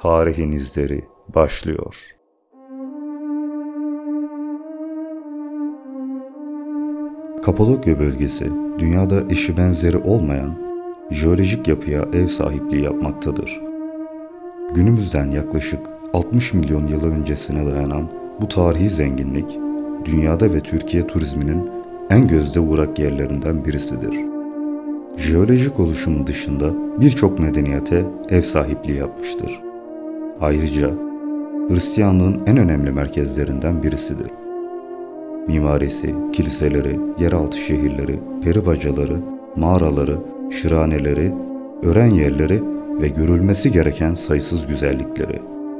Tarihin izleri başlıyor. Kapadokya bölgesi, dünyada eşi benzeri olmayan jeolojik yapıya ev sahipliği yapmaktadır. Günümüzden yaklaşık 60 milyon yıl öncesine dayanan bu tarihi zenginlik, dünyada ve Türkiye turizminin en gözde uğrak yerlerinden birisidir. Jeolojik oluşumun dışında birçok medeniyete ev sahipliği yapmıştır. Ayrıca Hristiyanlığın en önemli merkezlerinden birisidir. Mimarisi, kiliseleri, yeraltı şehirleri, peri bacaları, mağaraları, şiraneleri, ören yerleri ve görülmesi gereken sayısız güzellikleri.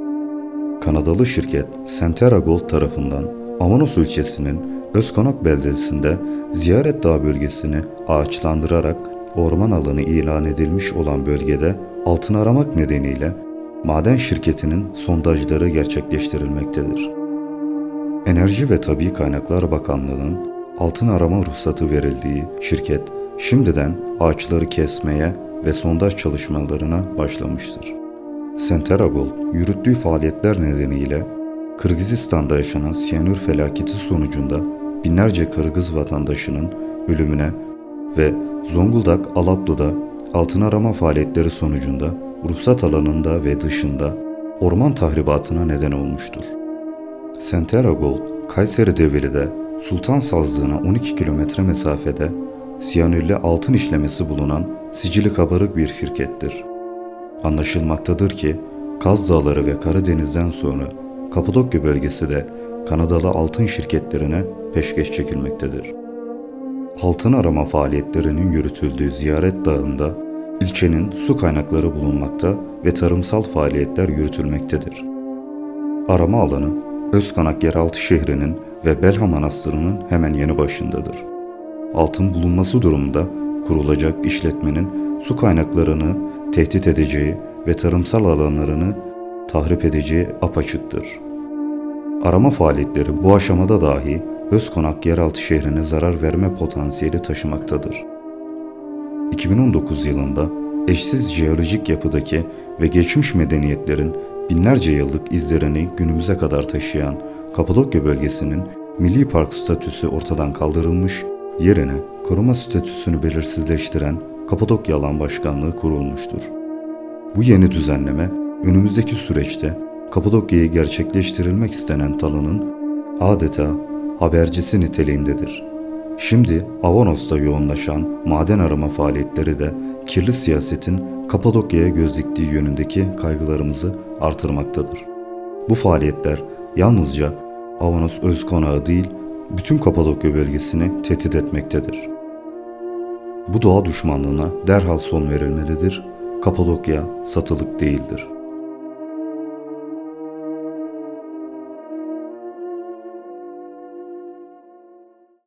Kanadalı şirket Centerra Gold tarafından Avanos ilçesinin Özkonak beldesinde Ziyaret Dağı bölgesini ağaçlandırarak orman alanı ilan edilmiş olan bölgede altın aramak nedeniyle maden şirketinin sondajları gerçekleştirilmektedir. Enerji ve Tabii Kaynaklar Bakanlığı'nın altın arama ruhsatı verildiği şirket şimdiden ağaçları kesmeye ve sondaj çalışmalarına başlamıştır. Centerra Gold yürüttüğü faaliyetler nedeniyle Kırgızistan'da yaşanan siyanür felaketi sonucunda binlerce Kırgız vatandaşının ölümüne ve Zonguldak Alaplı'da altın arama faaliyetleri sonucunda ruhsat alanında ve dışında orman tahribatına neden olmuştur. Centerra Gold, Kayseri Develi'de Sultan Sazlığı'na 12 kilometre mesafede siyanürle altın işlemesi bulunan sicili kabarık bir şirkettir. Anlaşılmaktadır ki Kaz Dağları ve Karadeniz'den sonra Kapadokya bölgesi de Kanadalı altın şirketlerine peşkeş çekilmektedir. Altın arama faaliyetlerinin yürütüldüğü Ziyaret Dağı'nda ilçenin su kaynakları bulunmakta ve tarımsal faaliyetler yürütülmektedir. Arama alanı Özkonak yeraltı şehrinin ve Belha Manastırı'nın hemen yanı başındadır. Altın bulunması durumunda kurulacak işletmenin su kaynaklarını tehdit edeceği ve tarımsal alanlarını tahrip edeceği apaçıktır. Arama faaliyetleri bu aşamada dahi Özkonak yeraltı şehrine zarar verme potansiyeli taşımaktadır. 2019 yılında eşsiz jeolojik yapıdaki ve geçmiş medeniyetlerin binlerce yıllık izlerini günümüze kadar taşıyan Kapadokya bölgesinin Milli Park statüsü ortadan kaldırılmış, yerine koruma statüsünü belirsizleştiren Kapadokya Alan Başkanlığı kurulmuştur. Bu yeni düzenleme önümüzdeki süreçte Kapadokya'yı gerçekleştirilmek istenen talının adeta habercisi niteliğindedir. Şimdi Avanos'ta yoğunlaşan maden arama faaliyetleri de kirli siyasetin Kapadokya'ya göz diktiği yönündeki kaygılarımızı artırmaktadır. Bu faaliyetler yalnızca Avanos Özkonağı değil, bütün Kapadokya bölgesini tehdit etmektedir. Bu doğa düşmanlığına derhal son verilmelidir. Kapadokya satılık değildir.